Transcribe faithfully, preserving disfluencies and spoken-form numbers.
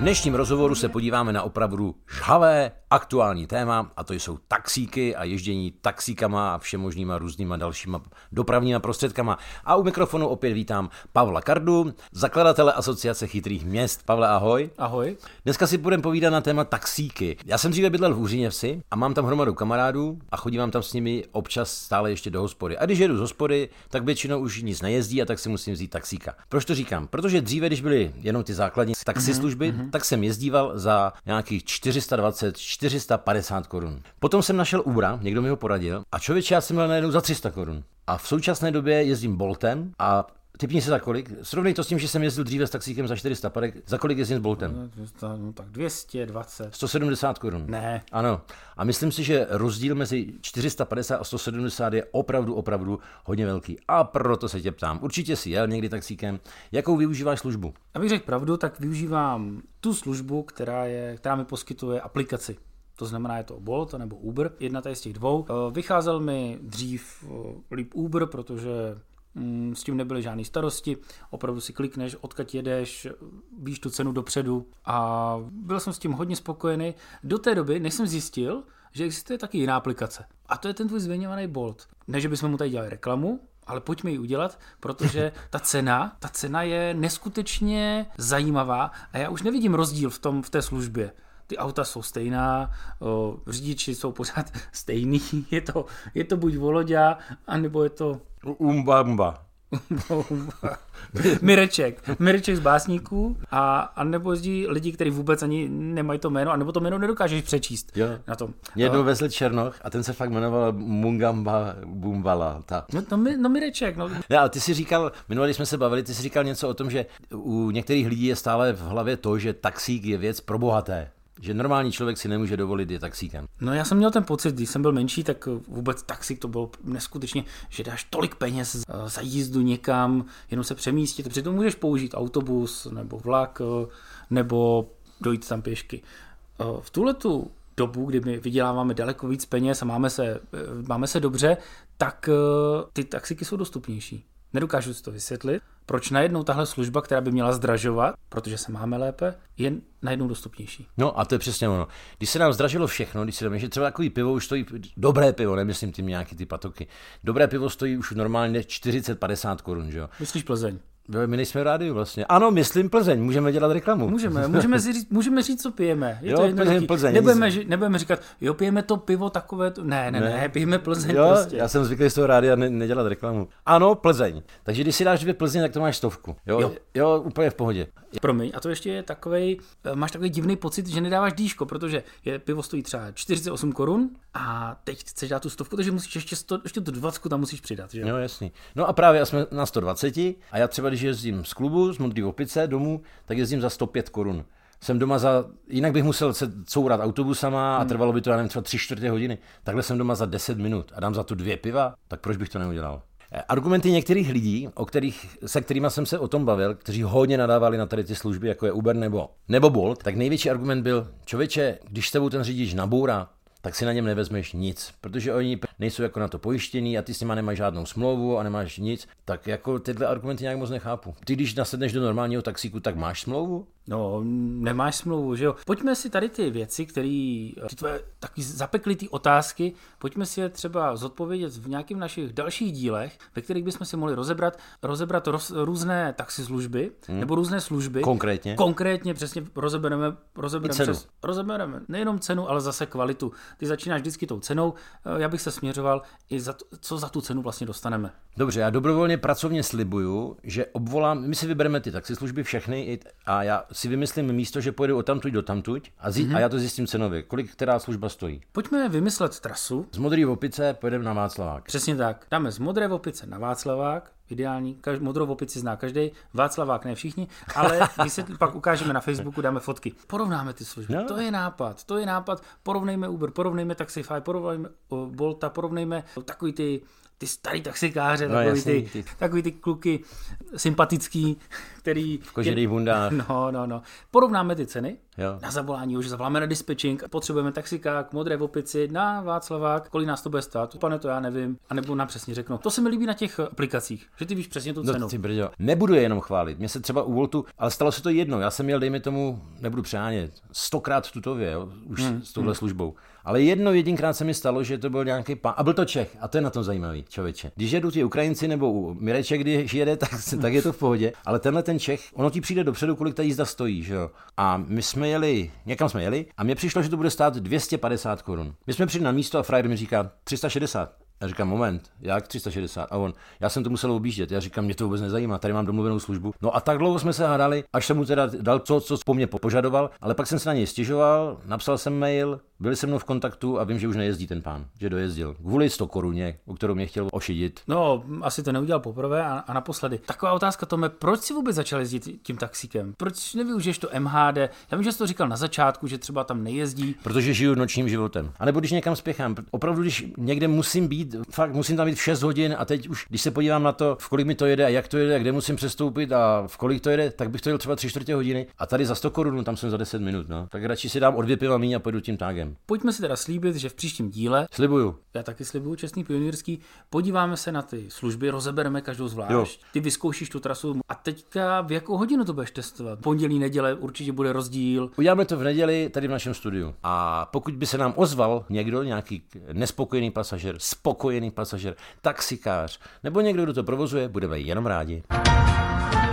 V dnešním rozhovoru se podíváme na opravdu žhavé aktuální téma, a to jsou taxíky a ježdění taxíkama a všemožnýma různýma dalšíma dopravníma prostředkama. A u mikrofonu opět vítám Pavla Kardu, zakladatele Asociace chytrých měst. Pavle, ahoj. Ahoj. Dneska si budeme povídat na téma taxíky. Já jsem dříve bydlel v Hůřiněvsi a mám tam hromadu kamarádů a chodím tam s nimi občas stále ještě do hospody. A když jedu z hospody, tak většinou už nic nejezdí a tak si musím vzít taxíka. Proč to říkám? Protože dříve, když byly jenom ty základní taxislužby, mm-hmm. tak jsem jezdíval za nějakých čtyři sta dvacet, čtyři sta padesát korun. Potom jsem našel Ubera, někdo mi ho poradil, a člověče, já jsem měl najednou za tři sta korun. A v současné době jezdím Boltem a typni se za kolik. Srovnej to s tím, že jsem jezdil dříve s taxíkem za čtyři sta padek. Za kolik jezdím s Boltem? No, no tak dvě stě dvacet. sto sedmdesát korun. Ne. Ano. A myslím si, že rozdíl mezi čtyři sta padesát a sto sedmdesát je opravdu, opravdu hodně velký. A proto se tě ptám. Určitě si jel někdy taxíkem. Jakou využíváš službu? Abych řekl pravdu, tak využívám tu službu, která, je, která mi poskytuje aplikaci. To znamená, je to Bolt nebo Uber, jedna z těch dvou. Vycházel mi dřív líp Uber, protože s tím nebyly žádné starosti, opravdu si klikneš, odkud jedeš, víš tu cenu dopředu a byl jsem s tím hodně spokojený. Do té doby, než jsem zjistil, že existuje taky jiná aplikace. A to je ten tvůj zmiňovaný Bolt. Ne, že bychom mu tady dělali reklamu, ale pojďme ji udělat, protože ta cena, ta cena je neskutečně zajímavá a já už nevidím rozdíl v tom, v té službě. Ty auta jsou stejná, o, řidiči jsou pořád stejný, je to, je to buď Voloďa, anebo je to Umbamba. Mireček. Mireček z básníků a, a nebo jezdí lidi, kteří vůbec ani nemají to jméno, anebo to jméno nedokážeš přečíst. Jo. Na tom. Jednou vezl Černoch a ten se fakt jmenoval Mungamba Bumbala. Ta. No, no, no Mireček. No. Ne, ale ty si říkal, minule, když jsme se bavili, ty si říkal něco o tom, že u některých lidí je stále v hlavě to, že taxík je věc pro bohaté. Že normální člověk si nemůže dovolit je taxíkem. No já jsem měl ten pocit, když jsem byl menší, tak vůbec taxík to bylo neskutečně, že dáš tolik peněz za jízdu někam, jenom se přemístit. Přitom můžeš použít autobus nebo vlak, nebo dojít tam pěšky. V tuhletu dobu, kdy my vyděláváme daleko víc peněz a máme se, máme se dobře, tak ty taxíky jsou dostupnější. Nedokážu si to vysvětlit, proč najednou tahle služba, která by měla zdražovat, protože se máme lépe, je najednou dostupnější. No a to je přesně ono. Když se nám zdražilo všechno, když si dáme, že třeba takový pivo už stojí, dobré pivo, nemyslím tím nějaký ty patoky, dobré pivo stojí už normálně čtyřicet padesát korun, že jo? Myslíš Plzeň? My nejsme v rádiu vlastně. Ano, myslím Plzeň, můžeme dělat reklamu. Můžeme, můžeme, si říct, můžeme říct, co pijeme. Je jo, to Plzeň, Plzeň. Nebudeme, nebudeme říkat, jo, pijeme to pivo takové, to... ne, ne, ne, ne, pijeme Plzeň jo, prostě. Já jsem zvyklý z toho rádia ne, nedělat reklamu. Ano, Plzeň. Takže když si dáš dvě Plzeň, tak to máš stovku. Jo, jo. jo úplně v pohodě. Promiň, a to ještě je takovej, máš takový divný pocit, že nedáváš dýško, protože je, pivo stojí třeba čtyřicet osm korun a teď chceš dát tu stovku, takže musíš ještě, sto, ještě tu dvacku tam musíš přidat, že? Jo, jasný. No a právě jsme na sto dvacet a já třeba, když jezdím z klubu, z Modrý Opice domů, tak jezdím za sto pět korun. Jsem doma za, jinak bych musel se courat autobusama a trvalo by to, já nevím, třeba tři čtvrtě hodiny. Takhle jsem doma za deset minut a dám za to dvě piva, tak proč bych to neudělal? Argumenty některých lidí, o kterých, se kterými jsem se o tom bavil, kteří hodně nadávali na tady ty služby, jako je Uber nebo, nebo Bolt, tak největší argument byl, člověče, když s tebou ten řidič nabourá, tak si na něm nevezmeš nic, protože oni nejsou jako na to pojištěný a ty s nima nemáš žádnou smlouvu a nemáš nic, tak jako tyhle argumenty nějak moc nechápu. Ty, když nasedneš do normálního taxíku, tak máš smlouvu? No, nemáš smlouvu, že jo. Pojďme si tady ty věci, které ty tvoje taky zapekly ty otázky, pojďme si je třeba zodpovědět v nějakých našich dalších dílech, ve kterých bychom si mohli rozebrat, rozebrat roz, různé taxislužby, hmm. nebo různé služby. Konkrétně? Konkrétně, přesně rozebereme, rozebereme, přes, rozebereme nejenom cenu, ale zase kvalitu. Ty začínáš vždycky tou cenou, já bych se směřoval i za to, co za tu cenu vlastně dostaneme. Dobře, já dobrovolně pracovně slibuju, že obvolám, my si vybereme ty taxislužby všechny a já si vymyslím místo, že pojedu odtamtuť do tamtuť a, zí, mm-hmm. a já to zjistím cenově, kolik která služba stojí. Pojďme vymyslet trasu. Z Modré Opice pojedeme na Václavák. Přesně tak. Dáme z Modré Opice na Václavák, ideální, kaž, Modrou Opici zná každý, Václavák ne všichni, ale když se pak ukážeme na Facebooku, dáme fotky. Porovnáme ty služby. No. To je nápad, to je nápad. Porovnejme Uber, porovnejme Taxify, porovnejme Bolta, porovnejme takový ty ty starý taxikáře, no, takový, jasný, ty, ty... takový ty kluky sympatický, který... V kožených bundách. No, no, no. Porovnáme ty ceny. Jo. Na zavolání už zavoláme na dispečing, potřebujeme taxikák, modré v Opici, na Václavák, kolik nás to bude stát, pane, to já nevím, a nebo nám přesně řeknou. To se mi líbí na těch aplikacích, že ty víš přesně tu cenu. No, ty brďo. Nebudu je jenom chválit, mě se třeba u Voltu, ale stalo se to jedno, já jsem měl, dejme tomu, nebudu přehánět, stokrát v Tutově, jo, už hmm. s touhle hmm. službou. Ale jedno jedinkrát se mi stalo, že to byl nějaký pán, a byl to Čech, a to je na tom zajímavý, člověče. Když jedu ti Ukrajinci nebo u Mireček, když jede, tak, tak je to v pohodě, ale tenhle ten Čech, ono ti přijde dopředu, kolik ta jízda stojí, že jo. A my jsme jeli, někam jsme jeli, a mně přišlo, že to bude stát dvě stě padesát korun. My jsme přišli na místo a frajer mi říká tři sta šedesát. Já říkám, moment, jak tři sta šedesát? A on, já jsem to musel objíždět. Já říkám, mě to vůbec nezajímá, tady mám domluvenou službu. No a tak dlouho jsme se hádali, až jsem mu teda dal to, co po mně požadoval, ale pak jsem se na něj stěžoval, napsal jsem mail, byli se mnou v kontaktu a vím, že už nejezdí ten pán, že dojezdil. Kvůli sto koruně, o kterou mě chtěl ošidit. No, asi to neudělal poprvé a, a naposledy. Taková otázka, Tome, proč si vůbec začal jezdit tím taxíkem? Proč nevyužiješ to M H D? Já vím, že jsi to říkal na začátku, že třeba tam nejezdí. Protože žiju nočním životem. A nebo když někam spěchám. Opravdu, když někde musím být, fakt musím tam být v šest hodin a teď už, když se podívám na to, v kolik mi to jede a jak to jede, a kde musím přestoupit a v kolik to jede, tak bych to jel třeba tři čtvrtě hodiny. A tady za sto korun, tam jsem za deset minut, no. Tak radši si dám o dvě piva míň a pojedu tím tágem. Pojďme si teda slíbit, že v příštím díle, slibuju. Já taky slibuju, Čestný pionýrský, podíváme se na ty služby, rozebereme každou zvlášť. Jo. Ty vyzkoušíš tu trasu a teďka v jakou hodinu to budeš testovat? Pondělí, neděle určitě bude rozdíl. Uděláme to v neděli tady v našem studiu. A pokud by se nám ozval někdo, nějaký nespokojený pasažér, spokojený pasažér, taxikář nebo někdo, kdo to provozuje, budeme jenom rádi.